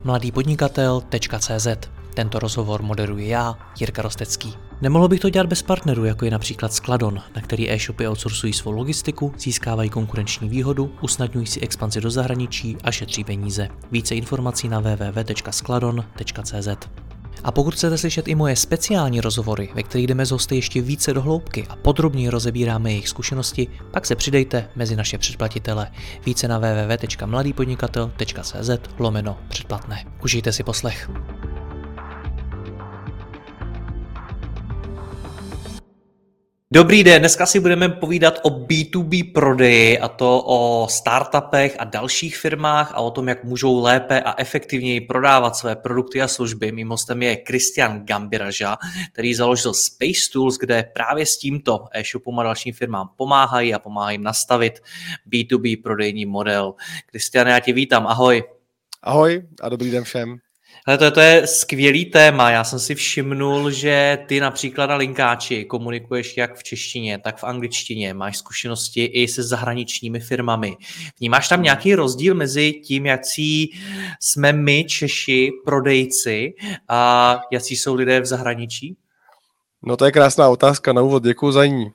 mladýpodnikatel.cz. Tento rozhovor moderuji já, Jirka Rostecký. Nemohl bych to dělat bez partnerů, jako je například Skladon, na který e-shopy outsourcují svou logistiku, získávají konkurenční výhodu, usnadňují si expanzi do zahraničí a šetří peníze. Více informací na www.skladon.cz. A pokud chcete slyšet i moje speciální rozhovory, ve kterých jdeme z hosty ještě více do hloubky a podrobněji rozebíráme jejich zkušenosti, pak se přidejte mezi naše předplatitele. Více na www.mladýpodnikatel.cz/předplatné. Užijte si poslech. Dobrý den, dneska si budeme povídat o B2B prodeji, a to o startupech a dalších firmách a o tom, jak můžou lépe a efektivněji prodávat své produkty a služby. Mým hostem je Christian Gambiraja, který založil Space Tools, kde právě s tímto e-shopům a dalším firmám pomáhají jim nastavit B2B prodejní model. Christian, já tě vítám, ahoj. Ahoj a dobrý den všem. Ale to je skvělý téma. Já jsem si všimnul, že ty například na Linkáči komunikuješ jak v češtině, tak v angličtině. Máš zkušenosti i se zahraničními firmami. Vnímáš tam nějaký rozdíl mezi tím, jaký jsme my, Češi, prodejci, a jaký jsou lidé v zahraničí? No to je krásná otázka na úvod, děkuji za ní.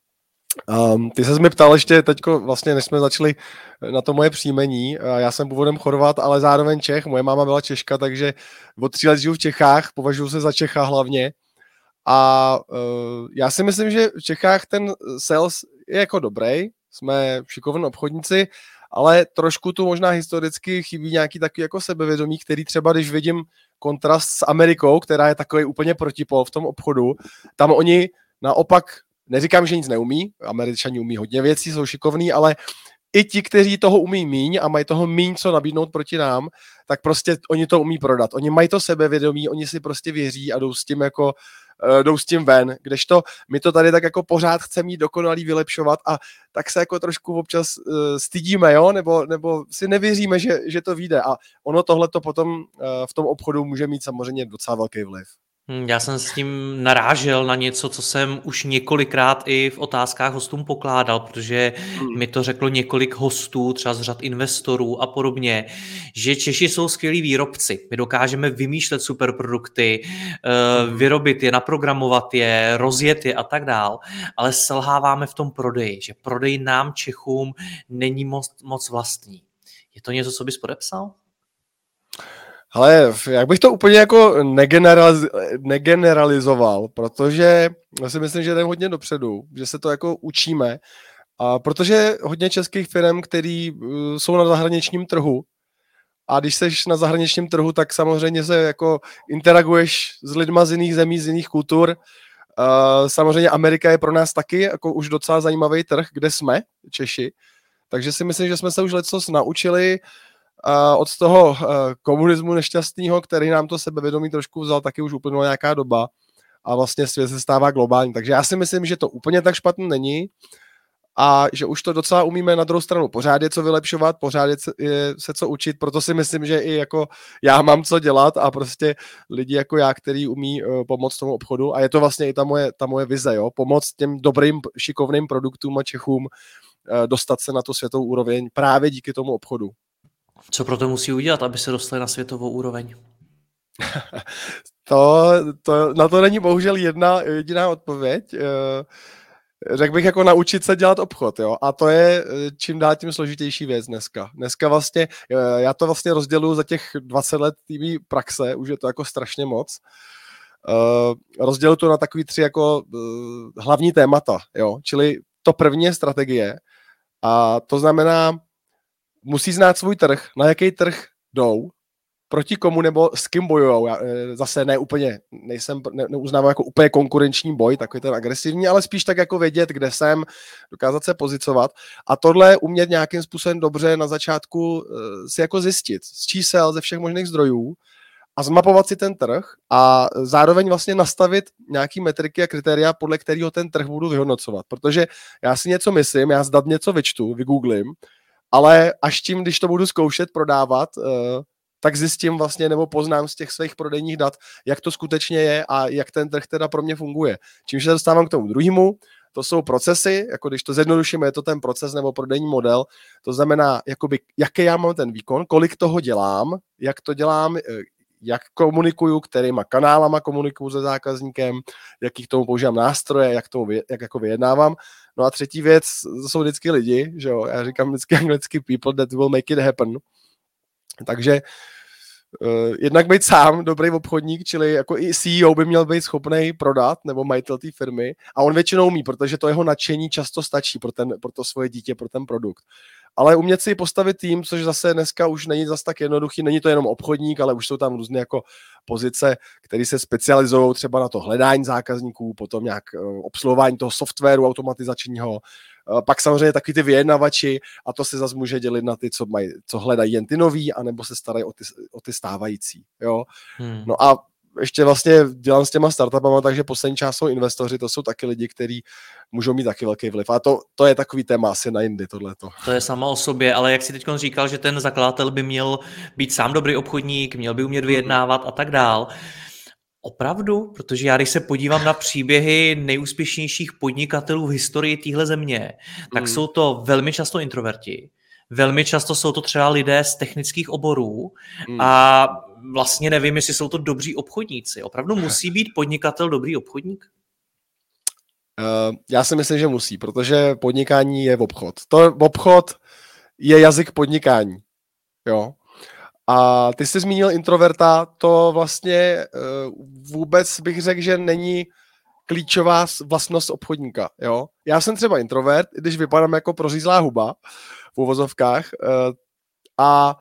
Ty ses mi ptal ještě teďko, vlastně než jsme začali na to moje příjmení. Já jsem původem Chorvat, ale zároveň Čech. Moje máma byla Češka, takže od 3 let žiju v Čechách, považuji se za Čecha hlavně. A já si myslím, že v Čechách ten sales je jako dobrý, jsme šikovní obchodníci, ale trošku tu možná historicky chybí nějaký takový jako sebevědomí, který třeba, když vidím kontrast s Amerikou, která je takový úplně protipol v tom obchodu, tam oni naopak, neříkám, že nic neumí, Američani umí hodně věcí, jsou šikovní, ale i ti, kteří toho umí míň a mají toho míň co nabídnout proti nám, tak prostě oni to umí prodat. Oni mají to sebevědomí, oni si prostě věří a jdou s tím ven, kdežto my to tady tak jako pořád chceme mít dokonalý, vylepšovat a tak se jako trošku občas stydíme, jo? Nebo si nevěříme, že to vyjde a ono tohleto potom v tom obchodu může mít samozřejmě docela velký vliv. Já jsem s tím narážel na něco, co jsem už několikrát i v otázkách hostům pokládal, protože mi to řeklo několik hostů, třeba z řad investorů a podobně, že Češi jsou skvělí výrobci. My dokážeme vymýšlet super produkty, vyrobit je, naprogramovat je, rozjet je a tak dál, ale selháváme v tom prodeji, že prodej nám Čechům není moc vlastní. Je to něco, co bys podepsal? Ale jak bych to úplně jako negeneralizoval, protože já si myslím, že jdeme hodně dopředu, že se to jako učíme, a protože hodně českých firm, který jsou na zahraničním trhu, a když seš na zahraničním trhu, tak samozřejmě se jako interaguješ s lidma z jiných zemí, z jiných kultur. Samozřejmě Amerika je pro nás taky jako už docela zajímavý trh, kde jsme, Češi, takže si myslím, že jsme se už lecos naučili od toho komunismu nešťastného, který nám to sebevědomí trošku vzal, taky už uplynula nějaká doba a vlastně svět se stává globální. Takže já si myslím, že to úplně tak špatný není a že už to docela umíme. Na druhou stranu pořád je co vylepšovat, pořád je se co učit, proto si myslím, že i jako já mám co dělat a prostě lidi jako já, který umí pomoct tomu obchodu a je to vlastně i ta moje vize, jo? Pomoct těm dobrým, šikovným produktům a Čechům dostat se na tu světovou úroveň právě díky tomu obchodu. Co pro to musí udělat, aby se dostali na světovou úroveň? Na to není bohužel jediná odpověď. Řekl bych jako naučit se dělat obchod, jo? A to je čím dál tím složitější věc dneska. Dneska vlastně, já to vlastně rozděluji za těch 20 let TV praxe, už je to jako strašně moc. Rozděluji to na takový 3 jako hlavní témata, jo? Čili to první je strategie a to znamená, musí znát svůj trh, na jaký trh jdou, proti komu nebo s kým bojujou. Já zase neuznávám jako úplně konkurenční boj, takový ten agresivní, ale spíš tak jako vědět, kde jsem, dokázat se pozicovat a tohle umět nějakým způsobem dobře na začátku si jako zjistit z čísel, ze všech možných zdrojů a zmapovat si ten trh a zároveň vlastně nastavit nějaký metriky a kritéria, podle kterého ten trh budu vyhodnocovat, protože já si něco myslím, já z dat něco vyčtu, vygooglím, ale až tím, když to budu zkoušet prodávat, tak zjistím vlastně nebo poznám z těch svých prodejních dat, jak to skutečně je a jak ten trh teda pro mě funguje. Čímž se dostávám k tomu druhému, to jsou procesy, jako když to zjednodušíme, je to ten proces nebo prodejní model, to znamená, jakoby, jaký já mám ten výkon, kolik toho dělám, jak to dělám, jak komunikuju, kterýma kanálama komunikuju se zákazníkem, jaký k tomu používám nástroje, jak jako vyjednávám. No a třetí věc, to jsou vždycky lidi, že jo, já říkám vždycky anglicky people that will make it happen. Takže jednak být sám dobrý obchodník, čili jako i CEO by měl být schopný prodat, nebo majitel té firmy, a on většinou umí, protože to jeho nadšení často stačí pro to svoje dítě, pro ten produkt. Ale umět si postavit tým, což zase dneska už není zase tak jednoduchý, není to jenom obchodník, ale už jsou tam různé jako pozice, které se specializují třeba na to hledání zákazníků, potom nějak obsluhování toho softwaru automatizačního, pak samozřejmě taky ty vyjednavači, a to se zase může dělit na ty, co hledají jen ty nový, anebo se starají o ty stávající. Jo? No a ještě vlastně dělám s těma startupama, takže poslední část jsou investoři, to jsou taky lidi, kteří můžou mít taky velký vliv. A to je takový téma asi na jindy, tohleto. To je sama o sobě, ale jak si teď říkal, že ten zakladatel by měl být sám dobrý obchodník, měl by umět vyjednávat a tak dál. Opravdu? Protože já, když se podívám na příběhy nejúspěšnějších podnikatelů v historii téhle země, tak jsou to velmi často introverti. Velmi často jsou to třeba lidé z technických oborů a vlastně nevím, jestli jsou to dobří obchodníci. Opravdu musí být podnikatel dobrý obchodník? Já si myslím, že musí, protože podnikání je obchod. Obchod je jazyk podnikání. Jo? A ty jsi zmínil introverta, to vlastně vůbec bych řekl, že není klíčová vlastnost obchodníka. Jo? Já jsem třeba introvert, když vypadám jako prořízlá huba v uvozovkách, a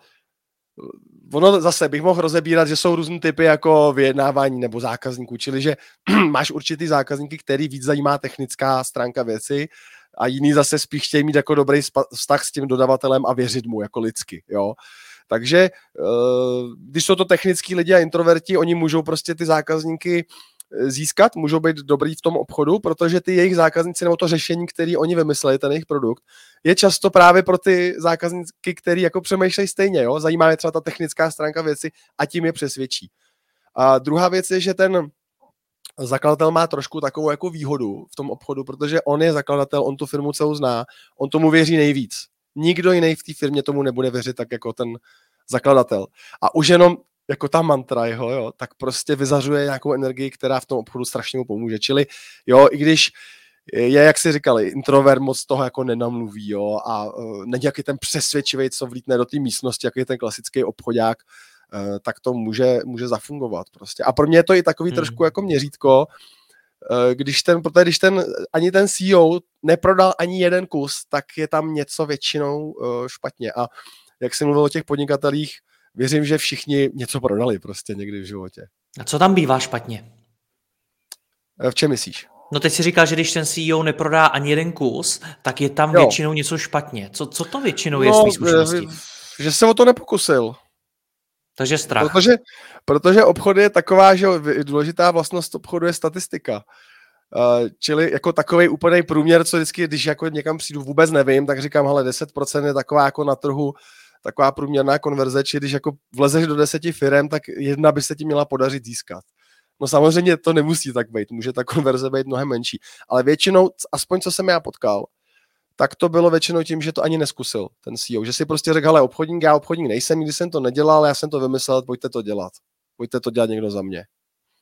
ono zase bych mohl rozebírat, že jsou různý typy jako vyjednávání nebo zákazníků, čili že máš určitý zákazníky, který víc zajímá technická stránka věci, a jiný zase spíš chtějí mít jako dobrý vztah s tím dodavatelem a věřit mu jako lidsky. Jo? Takže když jsou to technický lidi a introverti, oni můžou prostě ty zákazníky získat, můžou být dobrý v tom obchodu, protože ty jejich zákazníci nebo to řešení, které oni vymysleli, ten jejich produkt, je často právě pro ty zákazníky, který jako přemýšlejí stejně, jo? Zajímá je třeba ta technická stránka věci a tím je přesvědčí. A druhá věc je, že ten zakladatel má trošku takovou jako výhodu v tom obchodu, protože on je zakladatel, on tu firmu celou zná, on tomu věří nejvíc. Nikdo jiný v té firmě tomu nebude věřit tak jako ten zakladatel. A už jenom jako ta mantra jeho, jo, tak prostě vyzařuje nějakou energii, která v tom obchodu strašně mu pomůže. Čili jo, i když je, jak si říkali, introvert moc toho jako nenamluví, jo, a není jaký ten přesvědčivý, co vlítne do té místnosti, jaký je ten klasický obchodák, tak to může zafungovat prostě. A pro mě je to i takový trošku jako měřítko, když ten ani ten CEO neprodal ani jeden kus, tak je tam něco většinou špatně. A jak jsem mluvil o těch podnikatelích, věřím, že všichni něco prodali prostě někdy v životě. A co tam bývá špatně? V čem myslíš? No teď si říkal, že když ten CEO neprodá ani jeden kus, tak je tam většinou něco špatně. Co to většinou je z té zkušenosti? Že se o to nepokusil. Takže strach. Protože obchod je taková, že důležitá vlastnost obchodu je statistika. Čili jako takovej úplný průměr, co vždycky, když jako někam přijdu, vůbec nevím, tak říkám, hele, 10% je taková jako na trhu, taková průměrná konverze, či když jako vlezeš do 10 firem, tak jedna by se ti měla podařit získat. No samozřejmě to nemusí tak být, může ta konverze být mnohem menší, ale většinou, aspoň co jsem já potkal, tak to bylo většinou tím, že to ani neskusil ten CEO, že si prostě řekl, hele, obchodník, já obchodník nejsem, nikdy jsem to nedělal, já jsem to vymyslel, pojďte to dělat někdo za mě.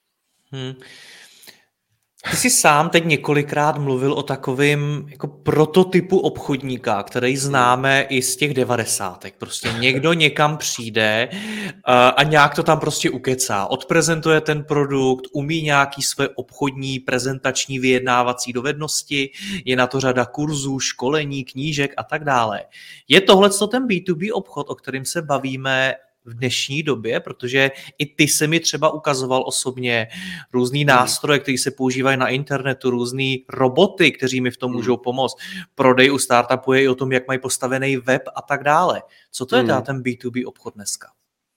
Ty jsi sám teď několikrát mluvil o takovém jako prototypu obchodníka, který známe i z těch 90. Prostě někdo někam přijde a nějak to tam prostě ukecá. Odprezentuje ten produkt, umí nějaký své obchodní, prezentační, vyjednávací dovednosti, je na to řada kurzů, školení, knížek a tak dále. Je tohleto ten B2B obchod, o kterém se bavíme v dnešní době, protože i ty se mi třeba ukazoval osobně různý nástroje, které se používají na internetu, různý roboty, kteří mi v tom můžou pomoct. Prodej u startupu je i o tom, jak mají postavený web a tak dále. Co to je teda ten B2B obchod dneska?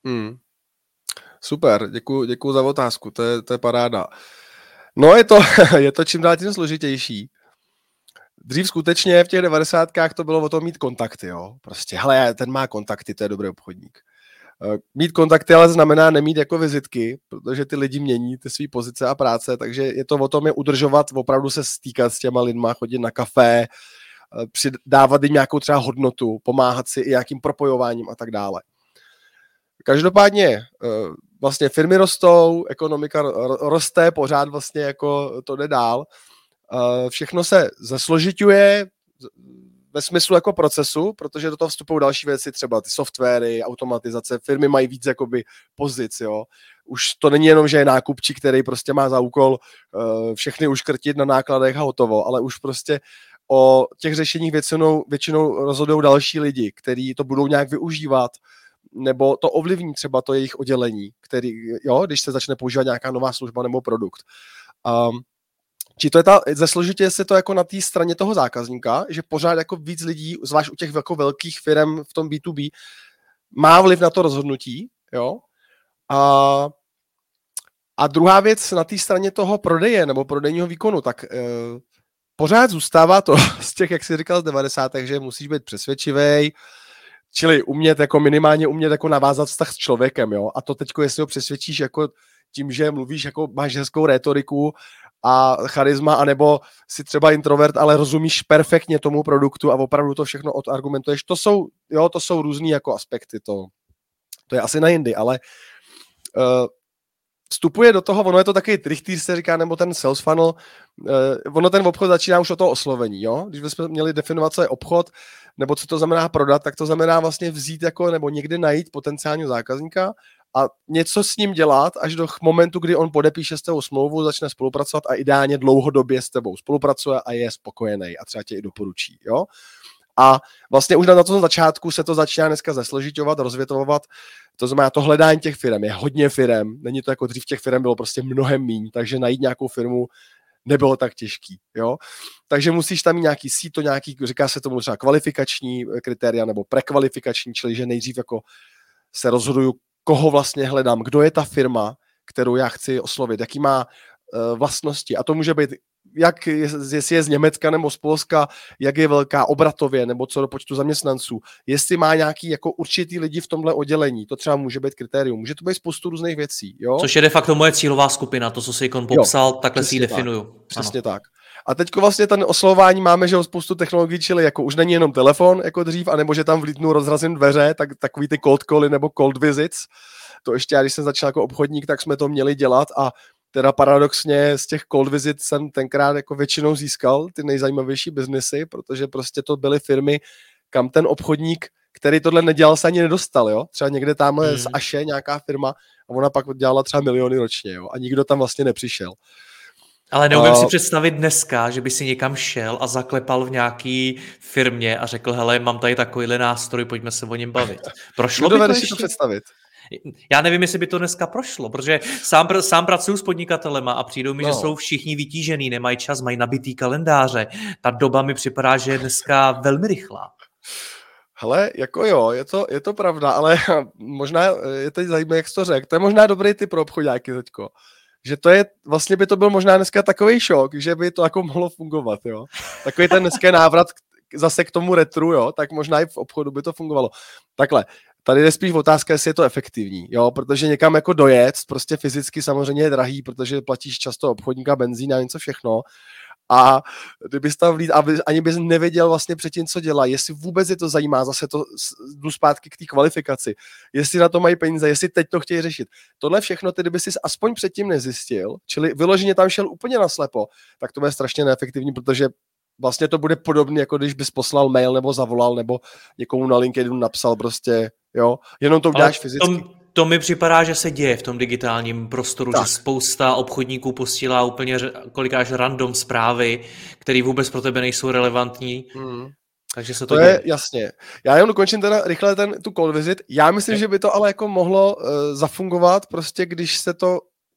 Super, děkuju za otázku, to je paráda. No je to čím dál tím složitější. Dřív skutečně v těch 90kách to bylo o tom mít kontakty, jo. Prostě, hele, ten má kontakty, to je dobrý obchodník. Mít kontakty ale znamená nemít jako vizitky, protože ty lidi mění ty své pozice a práce, takže je to o tom je udržovat, opravdu se stýkat s těma lidma, chodit na kafé, dávat jim nějakou třeba hodnotu, pomáhat si i nějakým propojováním a tak dále. Každopádně vlastně firmy rostou, ekonomika roste, pořád vlastně jako to jde dál. Všechno se zesložiťuje ve smyslu jako procesu, protože do toho vstupují další věci, třeba ty softwary, automatizace, firmy mají víc jakoby pozic, jo. Už to není jenom, že je nákupčí, který prostě má za úkol všechny uškrtit na nákladech a hotovo, ale už prostě o těch řešeních většinou rozhodují další lidi, kteří to budou nějak využívat, nebo to ovlivní třeba to jejich oddělení, když se začne používat nějaká nová služba nebo produkt. Či to je zesložitě se to jako na té straně toho zákazníka, že pořád jako víc lidí, zvlášť u těch jako velkých firm v tom B2B, má vliv na to rozhodnutí, jo. A druhá věc na té straně toho prodeje nebo prodejního výkonu, tak pořád zůstává to z těch, jak jsi říkal, z 90. že musíš být přesvědčivej, čili minimálně umět jako navázat vztah s člověkem, jo. A to teďko, jestli ho přesvědčíš jako tím, že mluvíš, jako máš hezkou rétoriku a charisma, anebo si třeba introvert, ale rozumíš perfektně tomu produktu a opravdu to všechno odargumentuješ. To jsou různý jako aspekty, to je asi na jindy, ale vstupuje do toho, ono je to takový trichtýř, se říká, nebo ten sales funnel, ono ten obchod začíná už od toho oslovení, jo? Když bychom měli definovat, co je obchod, nebo co to znamená prodat, tak to znamená vlastně vzít jako, nebo někde najít potenciálního zákazníka a něco s ním dělat až do momentu, kdy on podepíše s tebou smlouvu, začne spolupracovat a ideálně dlouhodobě s tebou spolupracuje a je spokojený a třeba tě i doporučí, jo? A vlastně už na tom začátku se to začíná dneska zesložiťovat, rozvětvovat. To znamená, to hledání těch firem je hodně firem. Není to jako dřív, těch firem bylo prostě mnohem míň, takže najít nějakou firmu nebylo tak těžký, jo. Takže musíš tam mít nějaký síto, říká se tomu třeba kvalifikační kritéria nebo prekvalifikační, čili že nejdřív jako se rozhoduju, koho vlastně hledám, kdo je ta firma, kterou já chci oslovit, jaký má vlastnosti. A to může být jestli je z Německa nebo z Polska, jak je velká obratově, nebo co do počtu zaměstnanců, jestli má nějaký jako určitý lidi v tomhle oddělení, to třeba může být kritérium, může to být spoustu různých věcí, jo? Což je de facto moje cílová skupina, to, co si Ikon popsal, takhle si ji definuju. Přesně tak. A teďko vlastně ten oslovování máme, že spoustu technologií, čili jako už není jenom telefon jako dřív, anebo že tam vlítnu, rozrazím dveře, tak takový ty cold cally nebo cold visits, to ještě já, když jsem začal jako obchodník, tak jsme to měli dělat a teda paradoxně z těch cold visit jsem tenkrát jako většinou získal ty nejzajímavější biznesy, protože prostě to byly firmy, kam ten obchodník, který tohle nedělal, se ani nedostal, jo. Třeba někde tamhle z Aše nějaká firma a ona pak dělala třeba miliony ročně, jo. A nikdo tam vlastně nepřišel. Ale neumím si představit dneska, že by si někam šel a zaklepal v nějaký firmě a řekl, hele, mám tady takovýhle nástroj, pojďme se o něm bavit. Prošlo by to ještě? Si to představit? Já nevím, jestli by to dneska prošlo, protože sám pracuju s podnikatelema a přijdou mi, že jsou všichni vytížený, nemají čas, mají nabitý kalendáře. Ta doba mi připadá, že je dneska velmi rychlá. Hele, jako jo, je to pravda, ale možná je teď zajímavé, jak jsi to řekl. To je možná dobrý tip pro obchodáky teďko. Že to je, vlastně by to byl možná dneska takový šok, že by to jako mohlo fungovat, jo. Takový ten dneska návrat zase k tomu retru, jo, tak možná i v obchodu by to fungovalo. Takhle, tady je spíš otázka, jestli je to efektivní, jo, protože někam jako dojet, prostě fyzicky samozřejmě je drahý, protože platíš často obchodníka, benzín a něco všechno. A kdybys tam vlít, ani bys nevěděl vlastně předtím, co dělá, jestli vůbec je to zajímá, zase to jdu zpátky k té kvalifikaci, jestli na to mají peníze, jestli teď to chtějí řešit. Tohle všechno, ty kdyby jsi aspoň předtím nezjistil, čili vyloženě tam šel úplně naslepo, tak to bude strašně neefektivní, protože vlastně to bude podobné, jako když bys poslal mail nebo zavolal, nebo někomu na LinkedInu napsal prostě, jo, jenom to uděláš fyzicky. To mi připadá, že se děje v tom digitálním prostoru, tak. Že spousta obchodníků posílá úplně kolikrát random zprávy, které vůbec pro tebe nejsou relevantní. Takže se to děje. Je jasně. Já jenom dokončím teda rychle tu call visit. Já myslím, že by to ale jako mohlo zafungovat prostě, když se to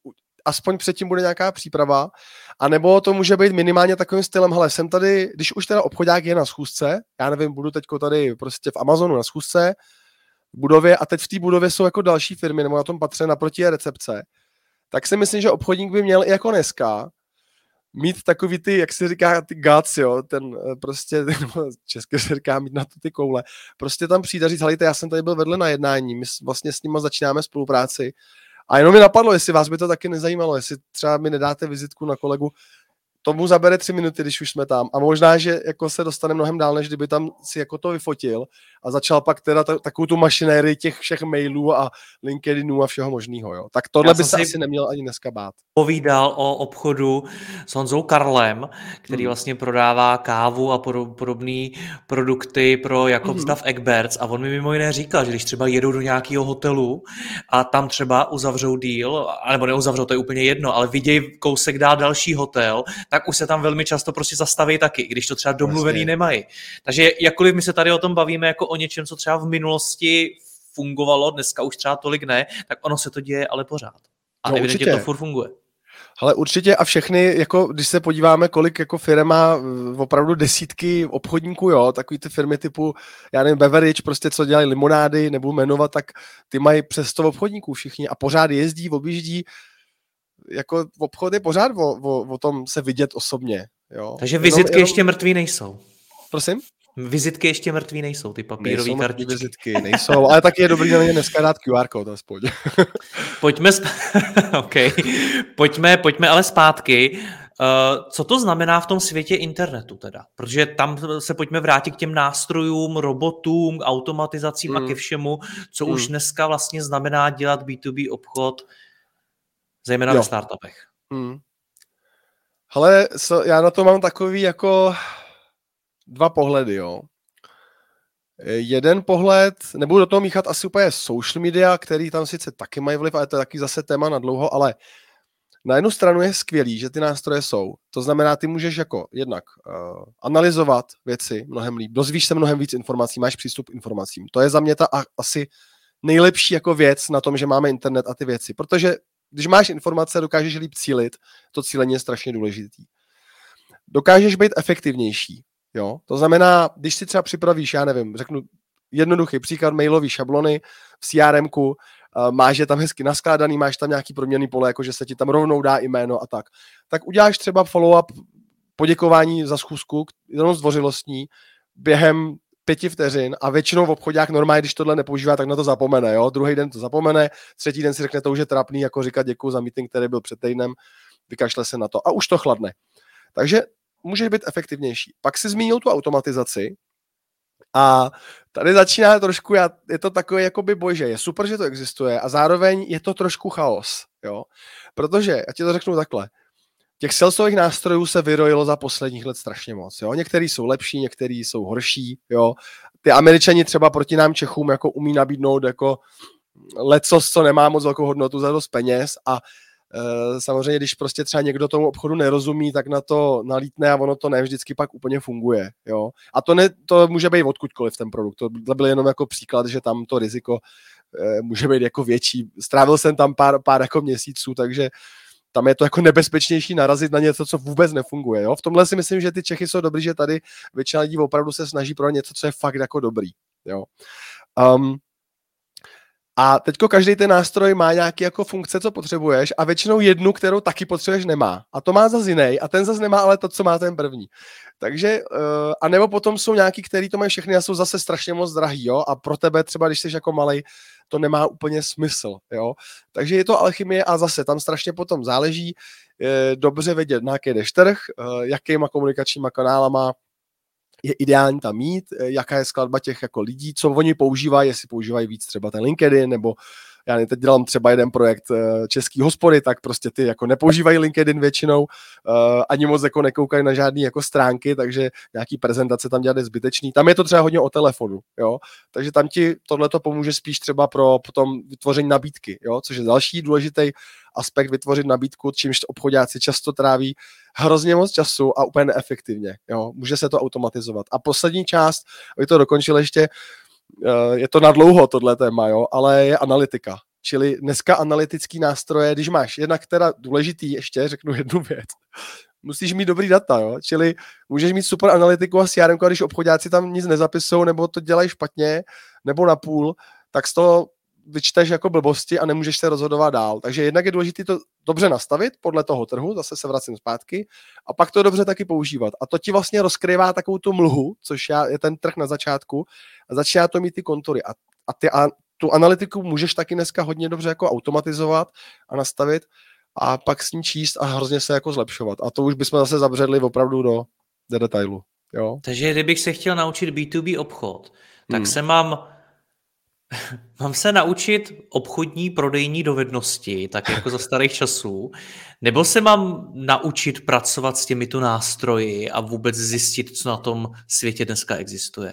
aspoň předtím bude nějaká příprava, anebo to může být minimálně takovým stylem, hele, jsem tady, když už teda obchodák je na schůzce, já nevím, budu teďko tady prostě v Amazonu na schůzce, v budově a teď v té budově jsou jako další firmy, nebo na tom patře naproti je recepce, tak si myslím, že obchodník by měl i jako dneska mít takový ty, jak se říká, ty guts, jo, ten prostě, česky se říká mít na to ty koule, prostě tam přijít a říct, helejte, já jsem tady byl vedle na jednání, my vlastně s nima začínáme spolupráci a jenom mi napadlo, jestli vás by to taky nezajímalo, jestli třeba mi nedáte vizitku na kolegu, tomu zabere 3 minuty, když už jsme tam a možná, že jako se dostane mnohem dál, než kdyby tam si jako to vyfotil a začal pak teda takovou tu mašinérii těch všech mailů a LinkedInů a všeho možného, jo. Tak tohle by se asi neměl ani dneska bát. Povídal o obchodu s Honzou Karlem, který vlastně prodává kávu a podobné produkty pro Jakobsdav Egberts a on mi mimo jiné říkal, že když třeba jedou do nějakého hotelu a tam třeba uzavřou deal, nebo neuzavřou, to je úplně jedno, ale vidějí kousek dál další hotel, tak už se tam velmi často prostě zastaví taky, když to třeba domluvený nemají. Takže jakkoliv my se tady o tom bavíme jako o něčem, co třeba v minulosti fungovalo, dneska už třeba tolik ne, tak ono se to děje ale pořád. A no, evidentně to furt funguje. Ale určitě a všechny, jako když se podíváme, kolik jako firm má opravdu desítky obchodníků, jo, takový ty firmy typu, já nevím, Beveridge, prostě co dělají limonády, nebudu jmenovat, tak ty mají přes 100 obchodníků všichni a pořád jezdí, objíždí, jako obchod je pořád o tom se vidět osobně, jo. Takže vizitky ještě mrtví nejsou. Prosím? Vizitky ještě mrtví nejsou, ty papírové kartičky. Vizitky nejsou, ale taky je dobrý na ně dneska dát QR kód aspoň. Pojďme ale zpátky. Co to znamená v tom světě internetu teda? Protože tam se pojďme vrátit k těm nástrojům, robotům, automatizacím a ke všemu, co už dneska vlastně znamená dělat B2B obchod, zejména ve startupech. Hele, já na to mám takový jako 2 pohledy, jo. Jeden pohled, nebudu do toho míchat asi úplně social media, který tam sice taky mají vliv, ale to je taky zase téma na dlouho, ale na jednu stranu je skvělý, že ty nástroje jsou. To znamená, ty můžeš jako jednak analyzovat věci mnohem líp, dozvíš se mnohem víc informací, máš přístup k informacím. To je za mě ta asi nejlepší jako věc na tom, že máme internet a ty věci, protože když máš informace, dokážeš líp cílit, to cílení je strašně důležitý. Dokážeš být efektivnější. Jo? To znamená, když si třeba připravíš, já nevím, řeknu jednoduchý příklad, mailový šablony v CRM-ku, máš je tam hezky naskládaný, máš tam nějaký proměnný pole, jakože se ti tam rovnou dá jméno a tak uděláš třeba follow-up poděkování za schůzku, jenom zdvořilostní, během 5 vteřin a většinou v obchodách normálně, když tohle nepoužívá, tak na to zapomene. Jo? Druhý den to zapomene, třetí den si řekne, to už je trapný, jako říkat děkuju za meeting, který byl před týdnem, vykašle se na to a už to chladne. Takže může být efektivnější. Pak si zmínil tu automatizaci a tady začíná trošku, je to takový jakoby boj, že je super, že to existuje a zároveň je to trošku chaos, jo. Protože, já ti to řeknu takhle, těch salesových nástrojů se vyrojilo za posledních let strašně moc, jo. Některý jsou lepší, některý jsou horší, jo. Ty Američani třeba proti nám Čechům jako umí nabídnout jako lecos, co nemá moc velkou hodnotu za dost peněz a samozřejmě, když prostě třeba někdo tomu obchodu nerozumí, tak na to nalítne a ono to ne vždycky pak úplně funguje. Jo? A to může být odkudkoliv ten produkt. To byl jenom jako příklad, že tam to riziko může být jako větší. Strávil jsem tam pár jako měsíců, takže tam je to jako nebezpečnější narazit na něco, co vůbec nefunguje. Jo? V tomhle si myslím, že ty Čechy jsou dobrý, že tady většina lidí opravdu se snaží pro něco, co je fakt jako dobrý. Jo? A teďko každý ten nástroj má nějaký jako funkce, co potřebuješ a většinou jednu, kterou taky potřebuješ, nemá. A to má zase jiný a ten zase nemá ale to, co má ten první. Takže, a nebo potom jsou nějaký, který to mají všechny a jsou zase strašně moc drahý, jo, a pro tebe třeba, když jsi jako malej, to nemá úplně smysl, jo. Takže je to alchymie a zase tam strašně potom záleží dobře vědět, na jaký jdeš trh, jakýma komunikačníma kanálama je ideální tam mít, jaká je skladba těch jako lidí, co oni používají, jestli používají víc třeba ten LinkedIn, nebo já teď dělám třeba jeden projekt český hospody, tak prostě ty jako nepoužívají LinkedIn většinou, ani moc jako nekoukají na žádný jako stránky, takže nějaký prezentace tam dělat je zbytečný. Tam je to třeba hodně o telefonu, jo, takže tam ti tohleto pomůže spíš třeba pro potom vytvoření nabídky, jo, což je další důležitý aspekt vytvořit nabídku, čímž obchodáci často tráví hrozně moc času a úplně neefektivně, jo, může se to automatizovat. A poslední část, aby to dokončil ještě, je to na dlouho tohle téma, jo, ale je analytika. Čili dneska analytický nástroje, když máš jednak teda důležitý, ještě řeknu jednu věc, musíš mít dobrý data, jo, čili můžeš mít super analytiku a CRM, když obchodáci tam nic nezapisují, nebo to dělají špatně, nebo napůl, tak z toho vyčteš jako blbosti a nemůžeš se rozhodovat dál. Takže jednak je důležité to dobře nastavit podle toho trhu, zase se vracím zpátky, a pak to dobře taky používat. A to ti vlastně rozkrývá takovou tu mlhu, což je ten trh na začátku, a začíná to mít ty kontury. A tu analytiku můžeš taky dneska hodně dobře jako automatizovat a nastavit a pak s ní číst a hrozně se jako zlepšovat. A to už bychom zase zabředli opravdu do detailu. Jo? Takže kdybych se chtěl naučit B2B obchod, tak se mám se naučit obchodní prodejní dovednosti, tak jako za starých časů, nebo se mám naučit pracovat s těmito nástroji a vůbec zjistit, co na tom světě dneska existuje?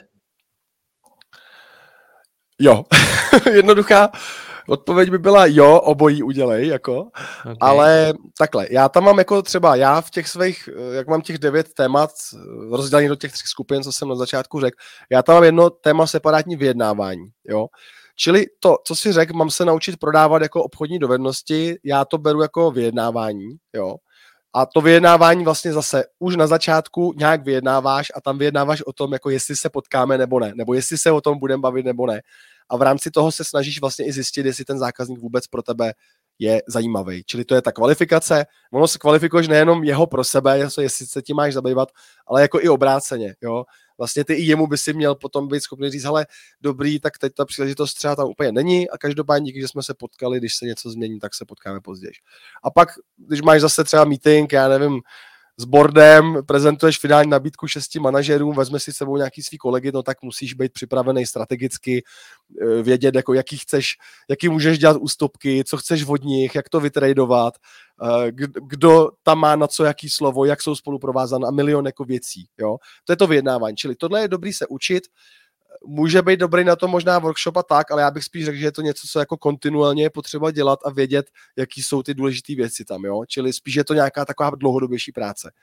Jo, jednoduchá odpověď by byla jo, obojí udělej, jako, okay. Ale takhle, já tam mám jako třeba, já v těch svých, jak mám těch 9 témat rozdělených do těch 3 skupin, co jsem na začátku řekl, já tam mám jedno téma separátní vyjednávání, jo. Čili to, co si řekl, mám se naučit prodávat jako obchodní dovednosti, já to beru jako vyjednávání, jo. A to vyjednávání vlastně zase už na začátku nějak vyjednáváš a tam vyjednáváš o tom, jako jestli se potkáme nebo ne, nebo jestli se o tom budeme bavit nebo ne. A v rámci toho se snažíš vlastně i zjistit, jestli ten zákazník vůbec pro tebe je zajímavý. Čili to je ta kvalifikace. Ono se kvalifikuješ nejenom jeho pro sebe, jestli se tím máš zabývat, ale jako i obráceně. Jo? Vlastně ty i jemu by si měl potom být schopný říct, hele, dobrý, tak teď ta příležitost třeba tam úplně není a každopádně díky, že jsme se potkali, když se něco změní, tak se potkáme později. A pak, když máš zase třeba meeting, já nevím, s boardem, prezentuješ finální nabídku 6 manažerům, vezmeš si s sebou nějaký svý kolegy, no tak musíš být připravený strategicky, vědět, jako jaký můžeš dělat ústupky, co chceš od nich, jak to vytradovat, kdo tam má na co jaký slovo, jak jsou spolu provázané a milion jako věcí. Jo? To je to vyjednávání. Čili tohle je dobrý se učit. Může být dobrý na to možná workshop a tak, ale já bych spíš řekl, že je to něco, co jako kontinuálně je potřeba dělat a vědět, jaký jsou ty důležité věci tam, jo. Čili spíš je to nějaká taková dlouhodobější práce.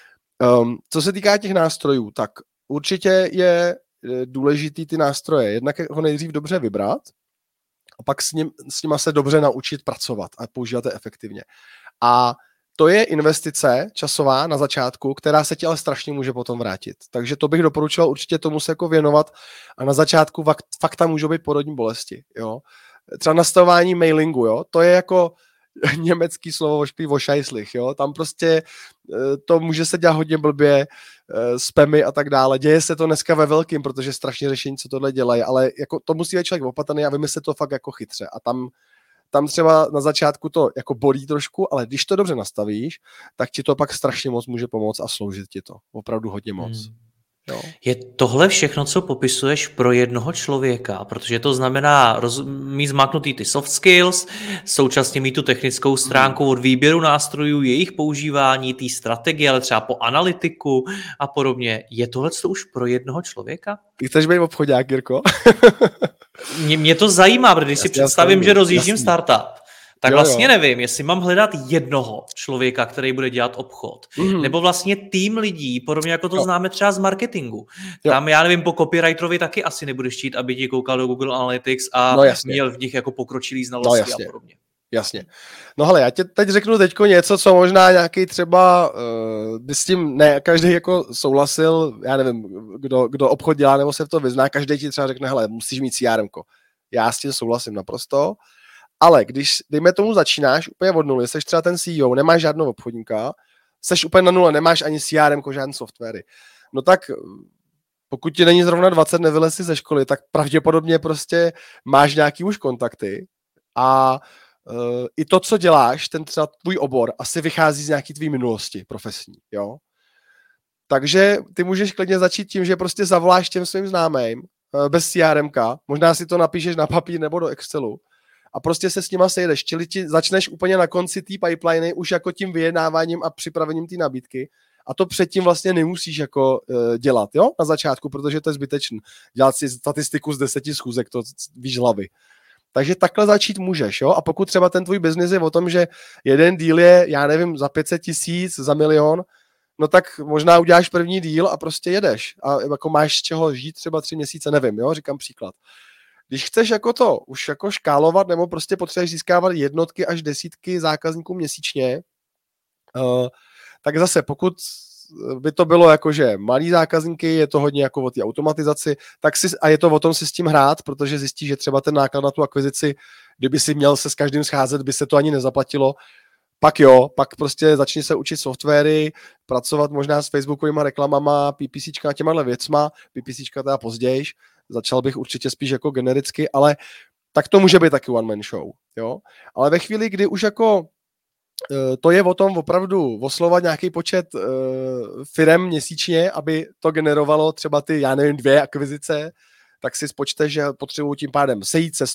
Co se týká těch nástrojů, tak určitě je důležitý ty nástroje. Jednak ho nejdřív dobře vybrat a pak s nima se dobře naučit pracovat a používat je efektivně. A to je investice časová na začátku, která se ti ale strašně může potom vrátit. Takže to bych doporučoval určitě tomu se jako věnovat a na začátku fakt tam můžou být porodní bolesti. Jo? Třeba nastavování mailingu, jo? To je jako německý slovo vošajslich, jo? Tam prostě to může se dělat hodně blbě, spamy a tak dále. Děje se to dneska ve velkým, protože strašně řešení, co tohle dělají, ale jako to musí být člověk opatrný a vymyslet to fakt jako chytře. A tam třeba na začátku to jako bolí trošku, ale když to dobře nastavíš, tak ti to pak strašně moc může pomoct a sloužit ti to. Opravdu hodně moc. Jo. Je tohle všechno, co popisuješ pro jednoho člověka, protože to znamená mít zmáknutý ty soft skills, současně mít tu technickou stránku od výběru nástrojů, jejich používání, té strategie, ale třeba po analytiku a podobně. Je tohle už pro jednoho člověka? Ty chceš být obchodák, Jirko? Mě to zajímá, protože když si představím, že rozjíždím startup, tak vlastně nevím, jestli mám hledat jednoho člověka, který bude dělat obchod, nebo vlastně tým lidí, podobně jako to známe třeba z marketingu. Tam, já nevím, po copywriterovi taky asi nebudeš chtít, aby ti koukal do Google Analytics a měl v nich jako pokročilý znalosti a podobně. Jasně. No hele, já ti teď řeknu teďko něco, co možná nějaký třeba by s tím ne každý jako souhlasil, já nevím, kdo obchod dělá nebo se v to vyzná, každý ti třeba řekne, hele, musíš mít CRMko. Já s tím souhlasím naprosto, ale když, dejme tomu, začínáš úplně od nuly, jsi třeba ten CEO, nemáš žádného obchodníka, jsi úplně na nule, nemáš ani CRMko, žádný softwary, no tak pokud ti není zrovna 20, nevylez si ze školy, tak pravděpodobně prostě máš nějaký už kontakty a i to, co děláš, ten třeba tvůj obor, asi vychází z nějaký tvý minulosti profesní, jo. Takže ty můžeš klidně začít tím, že prostě zavoláš těm svým známým bez CRMka, možná si to napíšeš na papír nebo do Excelu a prostě se s nima sejdeš, čili ti začneš úplně na konci té pipeliny už jako tím vyjednáváním a připravením té nabídky a to předtím vlastně nemusíš jako dělat, jo, na začátku, protože to je zbytečné. Dělat si statistiku z 10 schůzek, to víš hlavy. Takže takhle začít můžeš, jo? A pokud třeba ten tvůj biznis je o tom, že jeden díl je, já nevím, za 500 000, za 1 000 000, no tak možná uděláš první díl a prostě jedeš. A jako máš z čeho žít třeba 3 měsíce, nevím, jo? Říkám příklad. Když chceš jako to už jako škálovat nebo prostě potřebuješ získávat jednotky až desítky zákazníků měsíčně, tak zase pokud by to bylo jako, že malý zákazníky, je to hodně jako o té automatizaci, a je to o tom si s tím hrát, protože zjistí, že třeba ten náklad na tu akvizici, kdyby si měl se s každým scházet, by se to ani nezaplatilo, pak prostě začni se učit softwary, pracovat možná s facebookovými reklamama, PPCčka těma věcma, PPCčka teda pozdějiš, začal bych určitě spíš jako genericky, ale tak to může být taky one man show, jo. Ale ve chvíli, kdy už jako to je o tom opravdu oslovat nějaký počet firem měsíčně, aby to generovalo třeba ty, 2 akvizice, tak si spočteš, že potřebují tím pádem sejít se z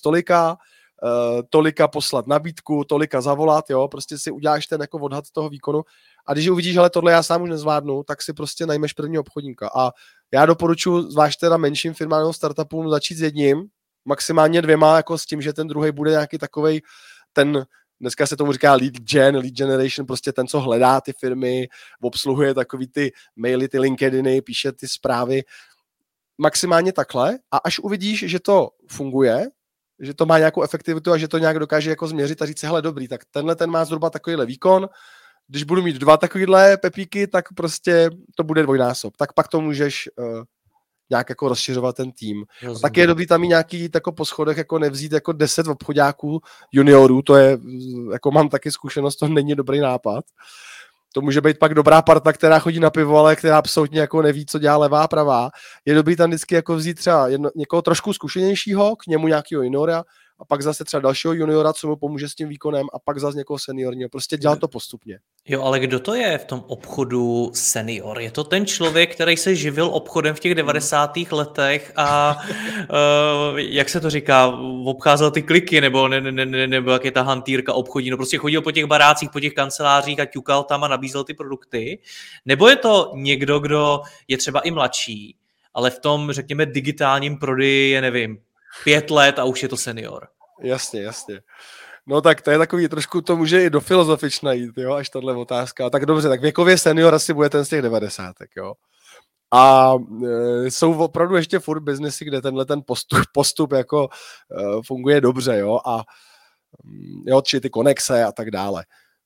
tolika poslat nabídku, tolika zavolat, jo, prostě si uděláš ten jako odhad toho výkonu a když uvidíš, hele, tohle já sám už nezvládnu, tak si prostě najmeš prvního obchodníka a já doporučuji, zvlášť teda menším firmám nebo startupům, začít s jedním, maximálně 2, jako s tím, že ten druhý bude nějaký takovej ten, dneska se tomu říká lead generation, prostě ten, co hledá ty firmy, obsluhuje takový ty maily, ty LinkedIny, píše ty zprávy, maximálně takhle a až uvidíš, že to funguje, že to má nějakou efektivitu a že to nějak dokáže jako změřit a říct si, hele, dobrý, tak tenhle ten má zhruba takovýhle výkon, když budu mít 2 takovýhle pepíky, tak prostě to bude dvojnásob. Tak pak to můžeš nějak jako rozšiřovat ten tým. A tak je dobrý tam mít nějaký jako po schodech jako nevzít jako 10 obchodáků juniorů, to je, jako mám taky zkušenost, to není dobrý nápad. To může být pak dobrá parta, která chodí na pivo, ale která absolutně jako neví, co dělá levá a pravá. Je dobrý tam vždycky jako vzít třeba někoho trošku zkušenějšího, k němu nějakého juniora a pak zase třeba dalšího juniora, co mu pomůže s tím výkonem a pak zase někoho seniorního. Prostě dělat to postupně. Jo, ale kdo to je v tom obchodu senior? Je to ten člověk, který se živil obchodem v těch 90. letech a jak se to říká, obcházel ty kliky, nebo jak je ta hantýrka obchodní, no prostě chodil po těch barácích, po těch kancelářích a ťukal tam a nabízel ty produkty? Nebo je to někdo, kdo je třeba i mladší, ale v tom, řekněme, digitálním prodeji je, nevím, 5 let a už je to senior? Jasně. No tak to je takový, trošku to může i do filozofična jít, jo, až tahle otázka. Tak dobře, tak věkově senior asi bude ten z těch 90, jo. A jsou opravdu ještě furt biznesy, kde tenhle ten postup jako funguje dobře, jo, a jo, či ty konexe a tak dále.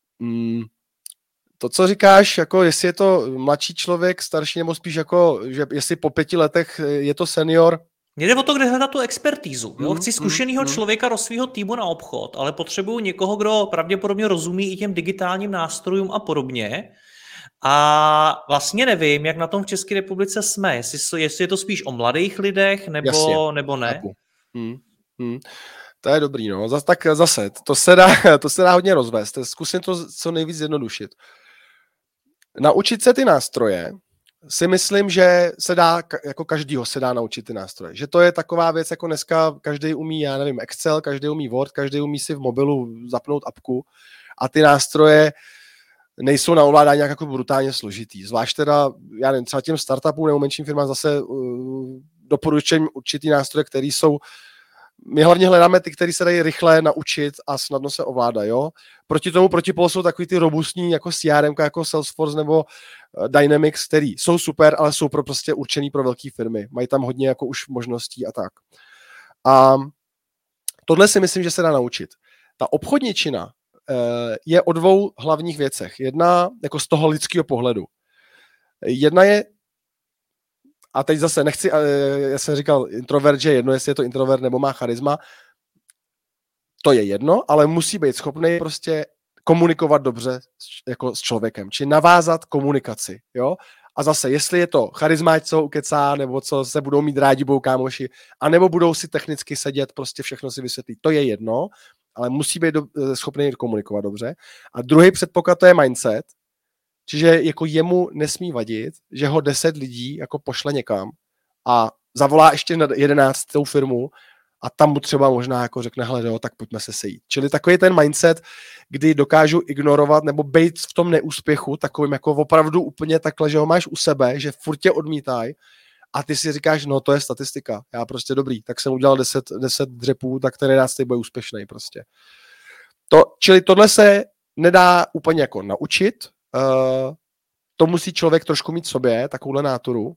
To, co říkáš, jako jestli je to mladší člověk, starší, nebo spíš jako, že jestli po 5 letech je to senior. Mně jde o to, kde hledat tu expertízu. Jo? Chci zkušenýho člověka do svého týmu na obchod, ale potřebuju někoho, kdo pravděpodobně rozumí i těm digitálním nástrojům a podobně. A vlastně nevím, jak na tom v České republice jsme. Jestli je to spíš o mladých lidech, nebo ne. To je dobrý, no. Tak zase, to se dá hodně rozvést. Zkusím to co nejvíc zjednodušit. Naučit se ty nástroje, si myslím, že se dá, jako každýho se dá naučit ty nástroje. Že to je taková věc, jako dneska každý umí, já nevím, Excel, každý umí Word, každý umí si v mobilu zapnout apku a ty nástroje nejsou na ovládání nějak jako brutálně složitý. Zvlášť teda, já nevím, třeba těm startupům nebo menším firmám zase doporučujem určitý nástroje, které jsou, my hlavně hledáme ty, které se dají rychle naučit a snadno se ovládají, jo. Proti tomu protipol jsou takový ty robustní jako CRM, jako Salesforce nebo Dynamics, který jsou super, ale jsou prostě určený pro velké firmy. Mají tam hodně jako už možností a tak. A tohle si myslím, že se dá naučit. Ta obchodničina je o 2 hlavních věcech. Jedna jako z toho lidského pohledu. Jedna je, a teď zase nechci, já jsem říkal introvert, že jedno, jestli je to introvert nebo má charisma, to je jedno, ale musí být schopný prostě komunikovat dobře jako s člověkem, či navázat komunikaci, jo? A zase, jestli je to charismáč, co ukecá, nebo co se budou mít rádi, budou kámoši, anebo budou si technicky sedět, prostě všechno si vysvětlí, to je jedno, ale musí být schopný komunikovat dobře. A druhý předpoklad, to je mindset, čiže jako jemu nesmí vadit, že ho 10 lidí jako pošle někam a zavolá ještě na 11. firmu a tam mu třeba možná jako řekne, hele, jo, tak pojďme se sejít. Čili takový ten mindset, kdy dokážu ignorovat nebo být v tom neúspěchu, takovým jako opravdu úplně takhle, že ho máš u sebe, že furt tě odmítaj a ty si říkáš, no to je statistika, já prostě dobrý, tak jsem udělal 10 dřepů, tak ten 11. bude úspěšný prostě. Čili tohle se nedá úplně jako naučit, to musí člověk trošku mít v sobě, takovouhle náturu.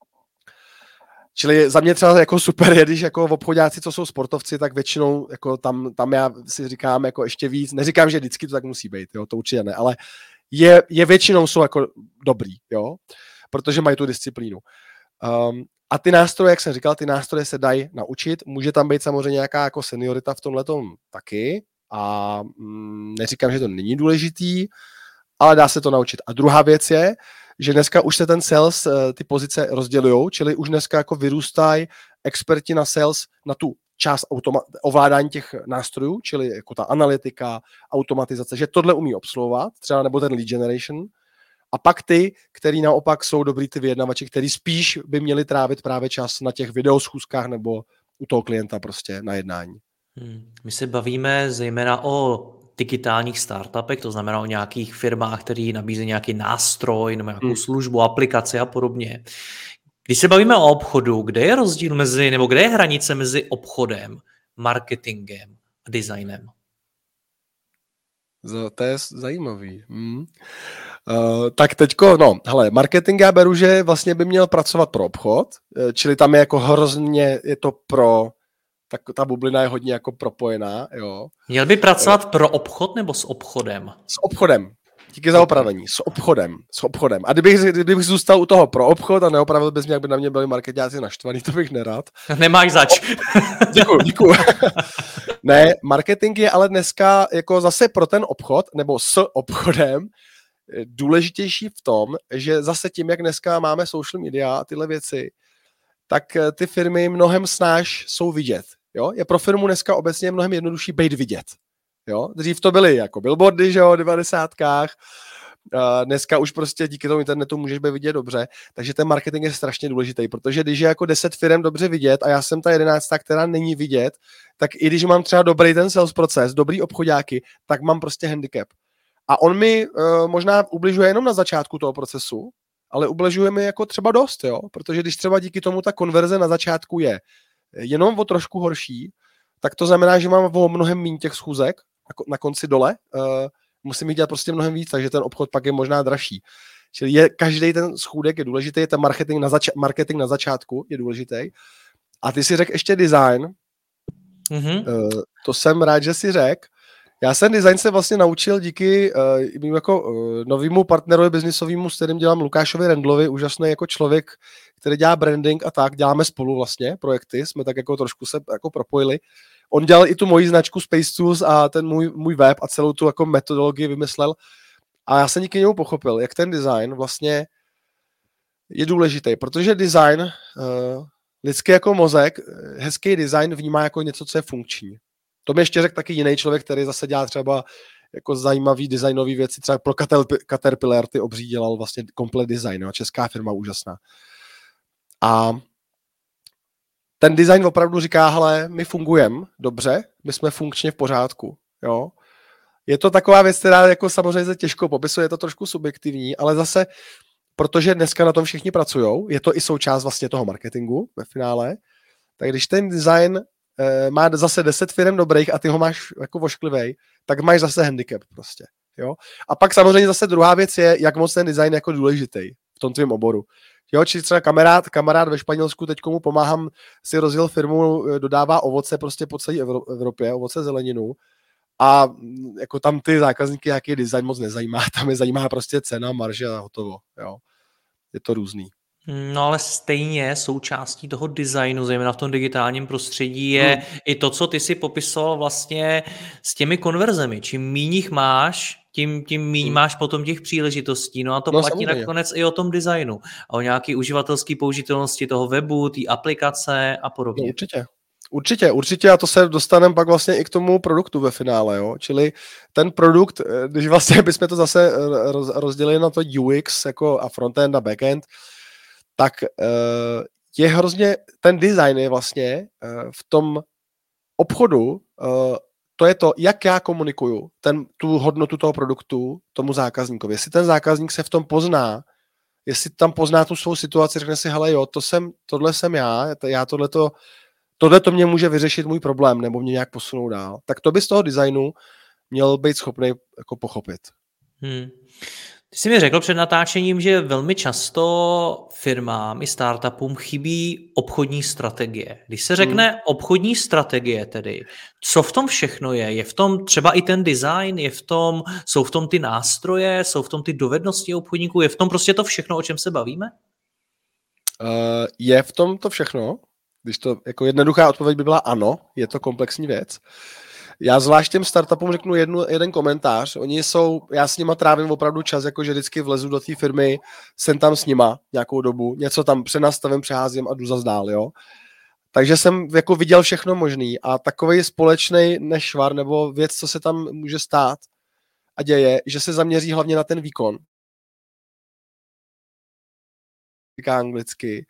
Čili za mě třeba jako super je, když jako obchodáci, co jsou sportovci, tak většinou jako tam já si říkám jako ještě víc, neříkám, že vždycky to tak musí být, jo, to určitě ne, ale je většinou jsou jako dobrý, jo, protože mají tu disciplínu. A ty nástroje, jak jsem říkal, ty nástroje se dají naučit, může tam být samozřejmě nějaká jako seniorita v tomhletom taky a neříkám, že to není důležitý, ale dá se to naučit. A druhá věc je, že dneska už se ten sales, ty pozice rozdělujou, čili už dneska jako vyrůstají experti na sales na tu část ovládání těch nástrojů, čili jako ta analytika, automatizace, že tohle umí obsluhovat, třeba nebo ten lead generation. A pak ty, který naopak jsou dobrý ty vyjednavači, který spíš by měli trávit právě čas na těch videoschůzkách nebo u toho klienta prostě na jednání. My se bavíme zejména o digitálních startupech, to znamená o nějakých firmách, které nabízejí nějaký nástroj nebo nějakou službu, aplikaci a podobně. Když se bavíme o obchodu, kde je rozdíl nebo kde je hranice mezi obchodem, marketingem a designem? To je zajímavý. Tak teďko, marketing já beru, že vlastně by měl pracovat pro obchod, čili tam je jako hrozně, je to pro, tak ta bublina je hodně jako propojená, jo. Měl by pracovat pro obchod nebo s obchodem? S obchodem. Díky za opravení. S obchodem. A kdybych zůstal u toho pro obchod a neopravil bys mě, jak by na mě byli marketáci naštvaný, to bych nerad. Nemáš zač. Děkuju. Ne, marketing je ale dneska jako zase pro ten obchod, nebo s obchodem, důležitější v tom, že zase tím, jak dneska máme social media a tyhle věci, tak ty firmy mnohem snáš jsou vidět. Jo? Je pro firmu dneska obecně mnohem jednodušší být vidět. Jo? Dřív to byly jako billboardy, že jo, v 90kách. Dneska už prostě díky tomu internetu můžeš být vidět dobře, takže ten marketing je strašně důležitý, protože když je jako 10 firm dobře vidět a já jsem ta 11, která není vidět, tak i když mám třeba dobrý ten sales proces, dobrý obchodáky, tak mám prostě handicap. A on mi možná ubližuje jenom na začátku toho procesu, ale ubližuje mi jako třeba dost, jo, protože když třeba díky tomu ta konverze na začátku je jenom o trošku horší, tak to znamená, že mám o mnohem méně těch schůzek na konci dole, musím jich dělat prostě mnohem víc, takže ten obchod pak je možná dražší. Čili každý ten schůdek je důležitý, ten marketing na začátku je důležitý. A ty si řekl ještě design. To jsem rád, že si řekl. Já jsem design se vlastně naučil díky mým jako novému partnerovi biznisovému, s kterým dělám, Lukášovi Rendlovi, úžasný jako člověk, který dělá branding a tak, děláme spolu vlastně projekty, jsme tak jako trošku se jako propojili. On dělal i tu moji značku Space Tools a ten můj web a celou tu jako metodologii vymyslel. A já jsem díky němu pochopil, jak ten design vlastně je důležitý, protože design, lidský jako mozek, hezký design vnímá jako něco, co je funkční. To mi ještě řekl taky jiný člověk, který zase dělá třeba jako zajímavý designové věci, třeba pro Caterpillar ty obří dělal vlastně komplet design, jo, česká firma úžasná. A ten design opravdu říká, hele, my fungujeme dobře, my jsme funkčně v pořádku, jo. Je to taková věc, která jako samozřejmě se těžko popisuje, je to trošku subjektivní, ale zase, protože dneska na tom všichni pracujou, je to i součást vlastně toho marketingu ve finále, tak když ten design má zase 10 firm dobrých a ty ho máš jako vošklivej, tak máš zase handicap prostě, jo. A pak samozřejmě zase druhá věc je, jak moc ten design je jako důležitý v tom tvém oboru. Jo, či třeba kamarád ve Španělsku, teď komu pomáhám, si rozjel firmu, dodává ovoce prostě po celé Evropě, ovoce, zeleninu a jako tam ty zákazníky jaký design moc nezajímá, tam je zajímá prostě cena, marže a hotovo, jo. Je to různý. No ale stejně součástí toho designu, zejména v tom digitálním prostředí, je i to, co ty si popisoval vlastně s těmi konverzemi. Čím míň jich máš, tím míň máš potom těch příležitostí. No a to platí samozřejmě nakonec i o tom designu. A o nějaké uživatelské použitelnosti toho webu, té aplikace a podobně. No, určitě a to se dostaneme pak vlastně i k tomu produktu ve finále, jo. Čili ten produkt, když vlastně bychom to zase rozdělili na to UX jako a frontend a backend, tak je hrozně, ten design je vlastně v tom obchodu, to je to, jak já komunikuju tu hodnotu toho produktu tomu zákazníkovi. Jestli ten zákazník se v tom pozná, jestli tam pozná tu svou situaci, řekne si, hele jo, tohle jsem já tohle to mě může vyřešit můj problém, nebo mě nějak posunout dál. Tak to by z toho designu měl být schopný jako pochopit. Ty jsi mi řekl před natáčením, že velmi často firmám i startupům chybí obchodní strategie. Když se řekne obchodní strategie tedy, co v tom všechno je? Je v tom třeba i ten design? Jsou v tom ty nástroje? Jsou v tom ty dovednosti obchodníků? Je v tom prostě to všechno, o čem se bavíme? Je v tom to všechno. Když to jako jednoduchá odpověď by byla ano, je to komplexní věc. Já zvlášť těm startupům řeknu jeden komentář. Já s nima trávím opravdu čas, jakože vždycky vlezu do té firmy, jsem tam s nima nějakou dobu, něco tam přenastavím, přeházím a jdu zas dál, jo. Takže jsem jako viděl všechno možný a takovej společný nešvar nebo věc, co se tam může stát a děje, že se zaměří hlavně na ten výkon. Říká anglicky.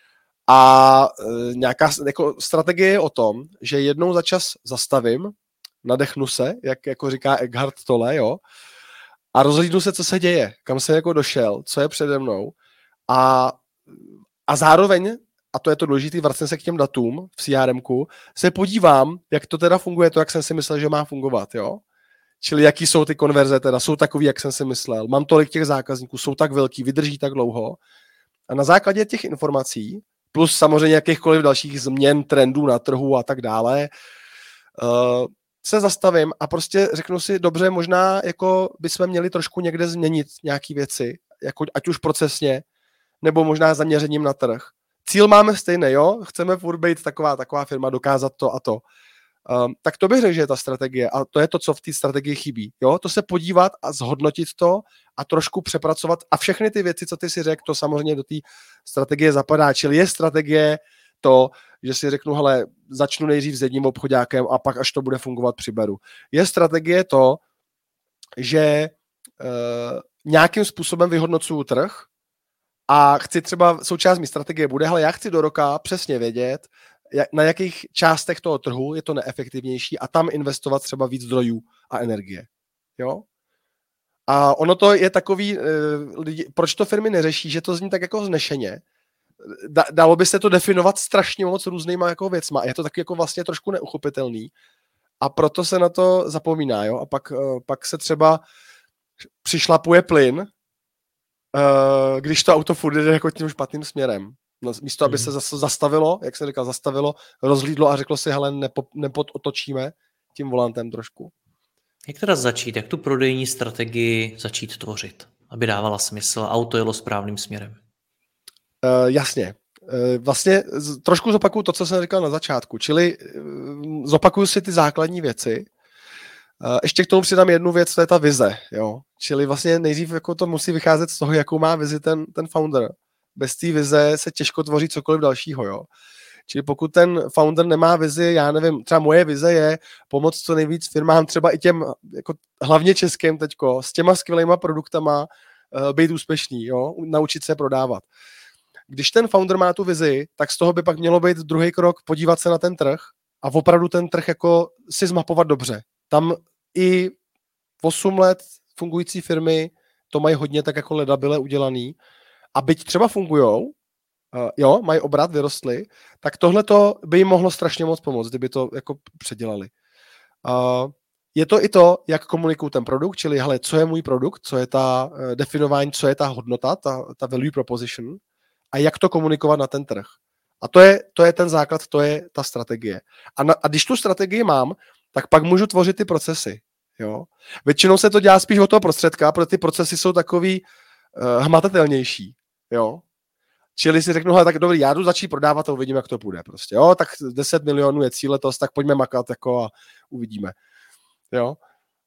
A nějaká jako strategie je o tom, že jednou za čas zastavím, nadechnu se, jak jako říká Eckhart Tolle, jo, a rozhlídnu se, co se děje, kam jsem jako došel, co je přede mnou a zároveň, a to je to důležité, vracím se k těm datům v CRMku, se podívám, jak to teda funguje, to, jak jsem si myslel, že má fungovat, jo. Čili jaký jsou ty konverze teda, jsou takový, jak jsem si myslel, mám tolik těch zákazníků, jsou tak velký, vydrží tak dlouho a na základě těch informací plus samozřejmě jakýchkoliv dalších změn, trendů na trhu a tak dále, se zastavím a prostě řeknu si, dobře, možná jako bychom měli trošku někde změnit nějaký věci, jako ať už procesně, nebo možná zaměřením na trh. Cíl máme stejný, jo? Chceme furt být taková firma, dokázat to a to. Tak to bych řekl, že je ta strategie a to je to, co v té strategii chybí. Jo? To se podívat a zhodnotit to a trošku přepracovat a všechny ty věci, co ty si řekl, to samozřejmě do té strategie zapadá. Čili je strategie to, že si řeknu, hele, začnu nejdřív s jedním obchodákem a pak, až to bude fungovat, přiberu. Je strategie to, že nějakým způsobem vyhodnocuju trh a chci třeba, součást mý strategie bude, hele, já chci do roka přesně vědět, na jakých částech toho trhu je to neefektivnější a tam investovat třeba víc zdrojů a energie. Jo? A ono to je takový, proč to firmy neřeší, že to zní tak jako znešeně. Dalo by se to definovat strašně moc různýma jako věcma. Je to taky jako vlastně trošku neuchopitelný. A proto se na to zapomíná. Jo? A pak se třeba přišlapuje plyn, když to auto furt jde jako tím špatným směrem. Místo, aby se zastavilo, jak jsem říkal, rozhlídlo a řeklo si, hele, nepotočíme tím volantem trošku. Jak teda začít? Jak tu prodejní strategii začít tvořit, aby dávala smysl a auto jelo správným směrem? Jasně. Vlastně trošku zopakuju to, co jsem říkal na začátku, čili zopakuju si ty základní věci. Ještě k tomu přidám jednu věc, to je ta vize. Jo? Čili vlastně nejdřív jako to musí vycházet z toho, jakou má vizi ten founder. Bez té vize se těžko tvoří cokoliv dalšího, jo. Čili pokud ten founder nemá vizi, já nevím, třeba moje vize je pomoct co nejvíc firmám, třeba i těm, jako hlavně českým teďko, s těma skvělýma produktama být úspěšný, jo, naučit se prodávat. Když ten founder má tu vizi, tak z toho by pak mělo být druhý krok podívat se na ten trh a opravdu ten trh jako si zmapovat dobře. Tam i 8 let fungující firmy to mají hodně tak jako ledabyle udělaný. A byť třeba fungujou, jo, mají obrat, vyrostly, tak tohleto by jim mohlo strašně moc pomoct, kdyby to jako předělali. Je to i to, jak komunikuju ten produkt, čili hele, co je můj produkt, co je ta definování, co je ta hodnota, ta value proposition a jak to komunikovat na ten trh. A to je ten základ, to je ta strategie. A když tu strategii mám, tak pak můžu tvořit ty procesy. Jo. Většinou se to dělá spíš od toho prostředka, protože ty procesy jsou takový hmatatelnější. Jo. Čili si řeknu, hele, tak dobrý, já jdu začít prodávat a uvidím, jak to půjde. Prostě, jo, tak 10 milionů je cíl letos, tak pojďme makat jako a uvidíme. Jo.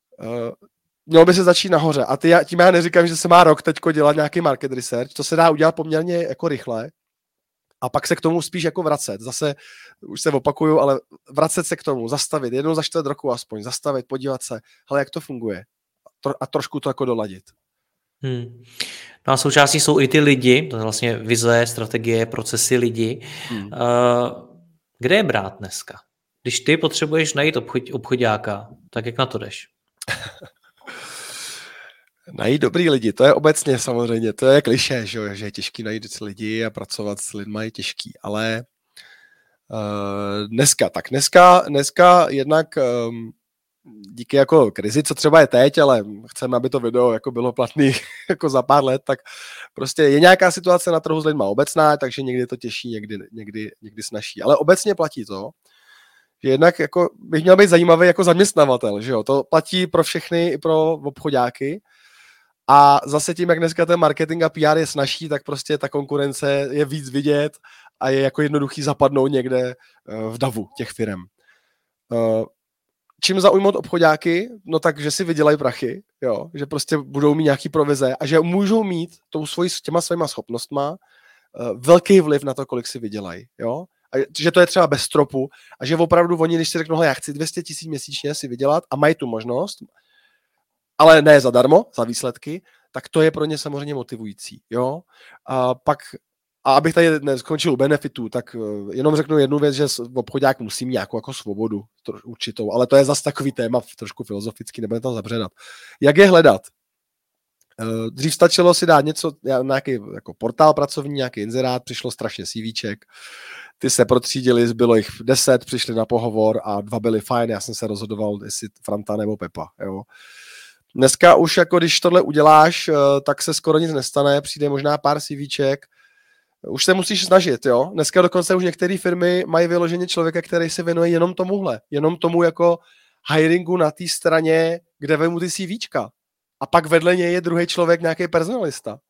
Mělo by se začít nahoře. A tím já neříkám, že se má rok teďko dělat nějaký market research, to se dá udělat poměrně jako rychle a pak se k tomu spíš jako vracet. Zase, už se opakuju, ale vracet se k tomu, zastavit, jednou za 4 roku aspoň, zastavit, podívat se, hele, jak to funguje a trošku to jako doladit. No a součástí jsou i ty lidi, to je vlastně vize, strategie, procesy lidi. Kde je brát dneska? Když ty potřebuješ najít obchodáka, tak jak na to jdeš? Najít dobrý lidi, to je obecně samozřejmě, to je klišé, že je těžký najít lidi a pracovat s lidmi je těžký, ale dneska jednak díky jako krizi, co třeba je teď, ale chceme, aby to video jako bylo platný jako za pár let, tak prostě je nějaká situace na trhu s lidma obecná, takže někdy je to těžší, někdy snazší. Ale obecně platí to, že jednak jako bych měl být zajímavý jako zaměstnavatel, že jo? To platí pro všechny, i pro obchodáky. A zase tím, jak dneska ten marketing a PR je snazší, tak prostě ta konkurence je víc vidět a je jako jednoduchý zapadnout někde v davu těch firem. Čím zaujmout obchodáky? No tak, že si vydělají prachy, jo? Že prostě budou mít nějaký provize a že můžou mít těma svýma schopnostma velký vliv na to, kolik si vydělají, jo? A že to je třeba bez stropu a že opravdu oni, když si řeknou, já chci 200 000 měsíčně si vydělat a mají tu možnost, ale ne zadarmo, za výsledky, tak to je pro ně samozřejmě motivující, jo? A abych tady neskončil u benefitů, tak jenom řeknu jednu věc, že obchodák musí mít nějakou jako svobodu určitou, ale to je zase takový téma trošku filozofický, nebudeme tam zabředat. Jak je hledat? Dřív stačilo si dát něco, nějaký jako portál pracovní, nějaký inzerát, přišlo strašně CVček, ty se protřídili, bylo jich 10, přišli na pohovor a 2 byli fajn, já jsem se rozhodoval, jestli Franta nebo Pepa, jo. Dneska už jako když tohle uděláš, tak se skoro nic nestane, přijde možná pár CVček, už se musíš snažit, jo. Dneska dokonce už některé firmy mají vyloženě člověka, který se věnuje jenom tomuhle, jenom tomu jako hiringu na té straně, kde vemu ty CVčka. A pak vedle něj je druhý člověk, nějaký personalista.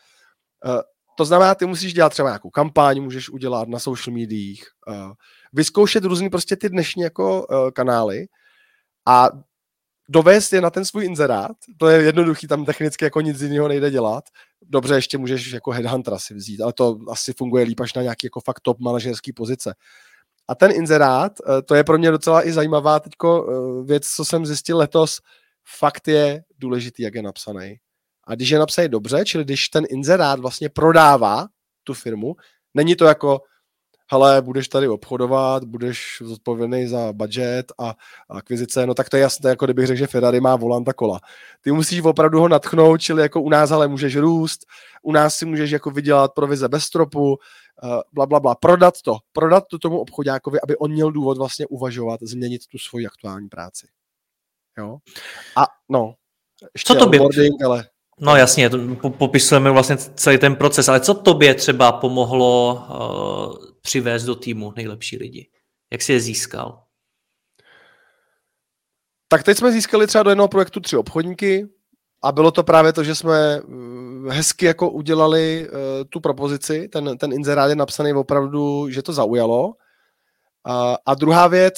To znamená, ty musíš dělat třeba nějakou kampaň, můžeš udělat na social mediích, vyzkoušet různý prostě ty dnešní jako kanály a dovést je na ten svůj inzerát. To je jednoduchý, tam technicky jako nic jiného nejde dělat. Dobře, ještě můžeš jako headhuntera si vzít, ale to asi funguje líp až na nějaký jako fakt top manažerský pozice. A ten inzerát, to je pro mě docela i zajímavá teďko věc, co jsem zjistil letos, fakt je důležitý, jak je napsaný. A když je napsaný dobře, čili když ten inzerát vlastně prodává tu firmu, není to jako, hele, budeš tady obchodovat, budeš zodpovědný za budget a akvizice, no tak to je jasné, jako kdybych řekl, že Ferrari má volant a kola. Ty musíš opravdu ho nadchnout, čili jako u nás ale můžeš růst, u nás si můžeš jako vydělat provize bez stropu, blablabla, prodat to tomu obchodákovi, aby on měl důvod vlastně uvažovat, změnit tu svoji aktuální práci. Jo? A no, ještě co tobě? Ale... No jasně, popisujeme vlastně celý ten proces, ale co tobě třeba pomohlo přivést do týmu nejlepší lidi? Jak jsi je získal? Tak teď jsme získali třeba do jednoho projektu 3 obchodníky a bylo to právě to, že jsme hezky jako udělali tu propozici, ten inzerát je napsaný opravdu, že to zaujalo. A druhá věc,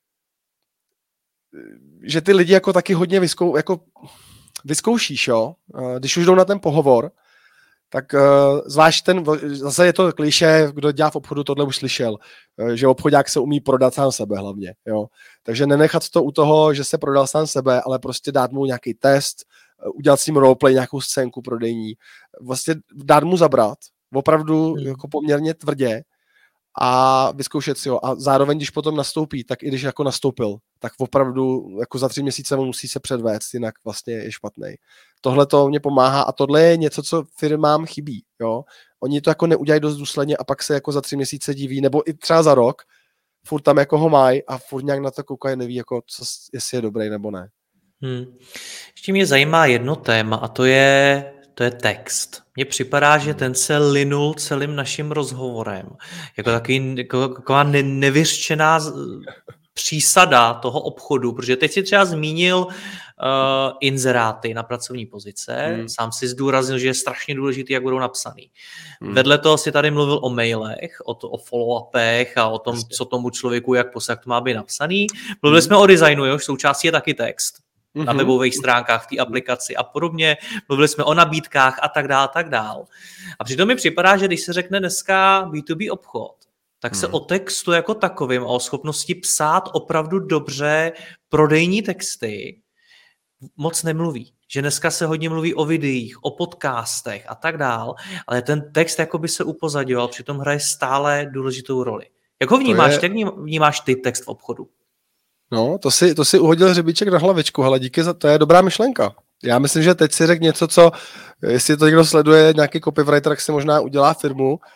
že ty lidi jako taky hodně vyzkoušíš, jo? Když už jdou na ten pohovor, tak zvlášť zase je to klišé, kdo dělá v obchodu, tohle už slyšel, že obchodák se umí prodat sám sebe hlavně, jo? Takže nenechat to u toho, že se prodal sám sebe, ale prostě dát mu nějaký test, udělat s ním roleplay, nějakou scénku prodejní, vlastně dát mu zabrat, opravdu jako poměrně tvrdě a vyzkoušet si ho. A zároveň, když potom nastoupí, tak i když jako nastoupil, tak opravdu jako za 3 měsíce musí se předvést, jinak vlastně je špatný. Tohle to mě pomáhá a tohle je něco, co firmám chybí. Jo? Oni to jako neudělají dost důsledně a pak se jako za 3 měsíce diví, nebo i třeba za rok, furt tam jako ho mají a furt nějak na to koukají, neví, jako, jestli je dobrý nebo ne. Ještě mě zajímá jedno téma a to je text. Mně připadá, že ten se linul celým naším rozhovorem. Jako taková nevyřčená přísada toho obchodu, protože teď si třeba zmínil inzeráty na pracovní pozice, sám si zdůraznil, že je strašně důležitý, jak budou napsaný. Vedle toho si tady mluvil o mailech, o follow-upech a o tom, co tomu člověku, jak to má být napsaný. Mluvili jsme o designu, jehož součástí je taky text. Na webových stránkách, v té aplikaci a podobně. Mluvili jsme o nabídkách a tak dál. A přitom mi připadá, že když se řekne dneska B2B obchod, tak se o textu jako takovým a o schopnosti psát opravdu dobře prodejní texty moc nemluví. Že dneska se hodně mluví o videích, o podcastech a tak dál, ale ten text jako by se upozadil, přitom hraje stále důležitou roli. Jak ho vnímáš? Jak vnímáš ty text v obchodu? No, to si uhodil hřebíček na hlavičku, hele, díky to je dobrá myšlenka. Já myslím, že teď si řekl něco, co, jestli to někdo sleduje, nějaký copywriter, tak si možná udělá firmu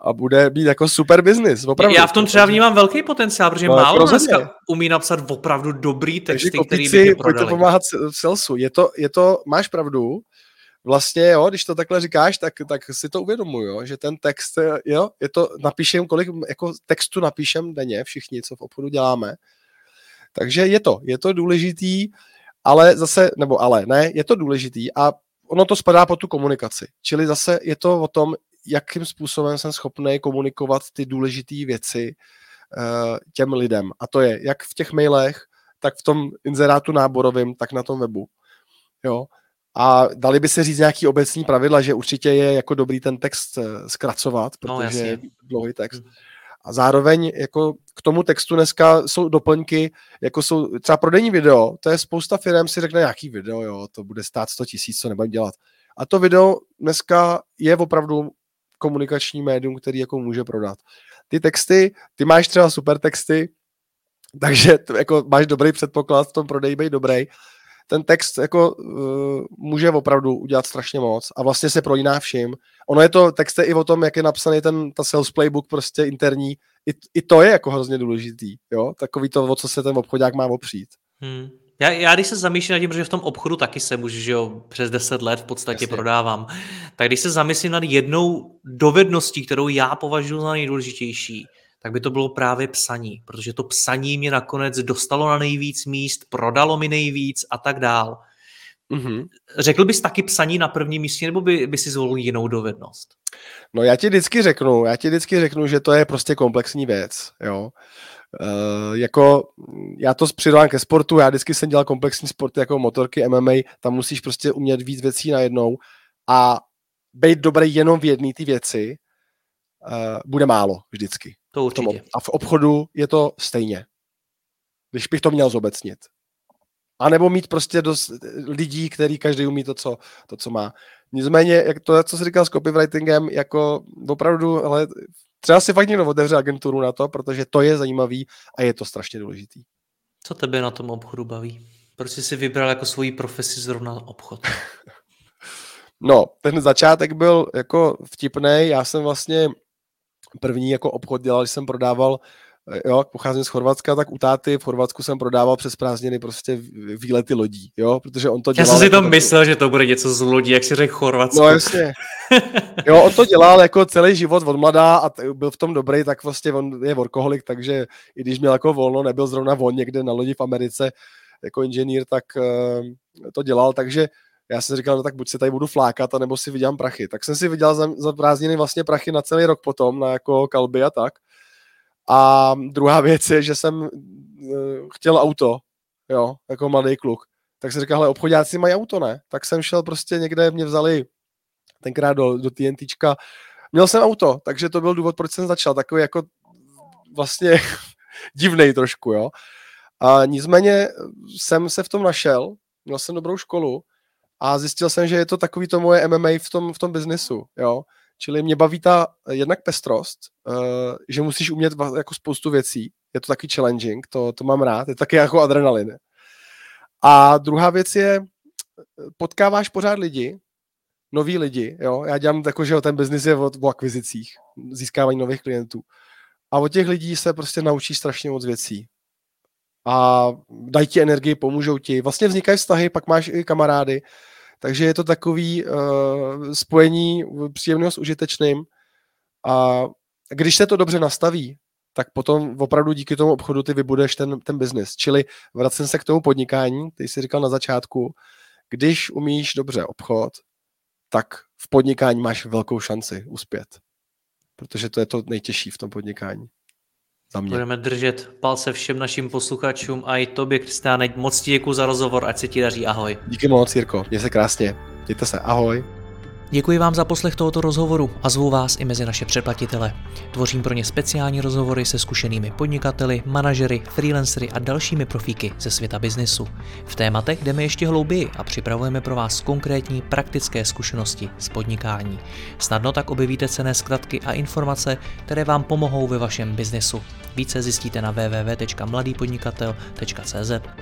a bude být jako super business, opravdu. Já v tom třeba vnímám velký potenciál, protože No, málo jako dneska umí napsat opravdu dobrý texty, který by pojďte prodali. pomáhat v salesu. Je to, máš pravdu, vlastně, jo, když to takhle říkáš, tak si to uvědomuji, jo, že ten text, jo, je to, napíšem, kolik jako textu napíšem denně, všichni, co v obchodu děláme. Takže je to důležitý, ale zase, je to důležitý a ono to spadá pod tu komunikaci. Čili zase je to o tom, jakým způsobem jsem schopný komunikovat ty důležité věci těm lidem. A to je jak v těch mailech, tak v tom inzerátu náborovým, tak na tom webu. Jo. A dali by se říct nějaký obecní pravidla, že určitě je jako dobrý ten text zkracovat, protože je dlouhý text. A zároveň jako k tomu textu dneska jsou doplňky, jako jsou třeba prodejní video, to je spousta firem si řekne nějaký video, jo, to bude stát 100 000, co nebudem dělat. A to video dneska je opravdu komunikační médium, který jako může prodat. Ty texty, ty máš třeba super texty, takže jako máš dobrý předpoklad v tom prodeji, být dobrý. Ten text jako může opravdu udělat strašně moc a vlastně se prolíná vším. Ono je to, text je i o tom, jak je napsaný ta sales playbook prostě interní. I to je jako hrozně důležitý, jo? Takový to, o co se ten obchodák má opřít. Já když se zamýšlím nad tím, protože v tom obchodu taky jsem už, že jo, přes 10 let v podstatě prodávám, tak když se zamyslím nad jednou dovedností, kterou já považuji za nejdůležitější, tak by to bylo právě psaní, protože to psaní mě nakonec dostalo na nejvíc míst, prodalo mi nejvíc a tak dál. Mm-hmm. Řekl bys taky psaní na prvním místě, nebo by si zvolil jinou dovednost? No já ti vždycky řeknu, že to je prostě komplexní věc, jo. Jako já to přidávám ke sportu, já vždycky jsem dělal komplexní sporty jako motorky, MMA, tam musíš prostě umět víc věcí najednou a být dobrý jenom v jedné ty věci bude málo vždycky. To určitě. A v obchodu je to stejně. Když bych to měl zobecnit. A nebo mít prostě dost lidí, který každý umí to, co má. Nicméně, jak to, co jsi říkal s copywritingem, jako opravdu, ale třeba si fakt někdo otevře agenturu na to, protože to je zajímavý a je to strašně důležitý. Co tebe na tom obchodu baví? Proč jsi si vybral jako svoji profesi zrovna obchod? No, ten začátek byl jako vtipnej. Já jsem vlastně první jako obchod dělal, když jsem prodával, jo, pocházím z Chorvatska, tak u táty v Chorvatsku jsem prodával přes prázdniny prostě výlety lodí, jo, protože on to dělal. Já jsem si to myslel, že to bude něco z lodí, jak si řekl Chorvatsko. No jasně. Jo, on to dělal jako celý život od mladá a byl v tom dobrý, tak vlastně on je workoholik, takže i když měl jako volno, nebyl zrovna on někde na lodi v Americe jako inženýr, tak to dělal, takže já jsem říkal, no tak buď se tady budu flákat, anebo si vydělám prachy. Tak jsem si vydělal za prázdniny vlastně prachy na celý rok potom, na jako kalby a tak. A druhá věc je, že jsem chtěl auto, jo, jako mladý kluk. Tak jsem říkal, hele, obchodáci mají auto, ne? Tak jsem šel prostě někde, mě vzali tenkrát do TNTčka. Měl jsem auto, takže to byl důvod, proč jsem začal. Takový jako vlastně divnej trošku, jo. A nicméně jsem se v tom našel, měl jsem dobrou školu a zjistil jsem, že je to takový to moje MMA v tom biznesu, jo. Čili mě baví ta jednak pestrost, že musíš umět jako spoustu věcí, je to taky challenging, to mám rád, je taky jako adrenalin. A druhá věc je, potkáváš pořád lidi, noví lidi, jo, já dělám jako, že ten biznis je o akvizicích, získávání nových klientů. A od těch lidí se prostě naučíš strašně moc věcí. A dají ti energii, pomůžou ti, vlastně vznikají vztahy, pak máš i kamarády, takže je to takový spojení příjemného s užitečným a když se to dobře nastaví, tak potom opravdu díky tomu obchodu ty vybudeš ten biznis. Čili vracím se k tomu podnikání, ty jsi říkal na začátku, když umíš dobře obchod, tak v podnikání máš velkou šanci uspět. Protože to je to nejtěžší v tom podnikání. Za mě. Budeme držet palce všem našim posluchačům a i tobě, Kristiáne, moc ti děkuji za rozhovor, ať se ti daří, ahoj. Díky moc, Jirko, měj se krásně, mějte se, ahoj. Děkuji vám za poslech tohoto rozhovoru a zvu vás i mezi naše předplatitele. Tvořím pro ně speciální rozhovory se zkušenými podnikateli, manažery, freelancery a dalšími profíky ze světa biznesu. V tématech jdeme ještě hlouběji a připravujeme pro vás konkrétní praktické zkušenosti z podnikání. Snadno tak objevíte cenné zkratky a informace, které vám pomohou ve vašem biznesu. Více zjistíte na www.mladýpodnikatel.cz.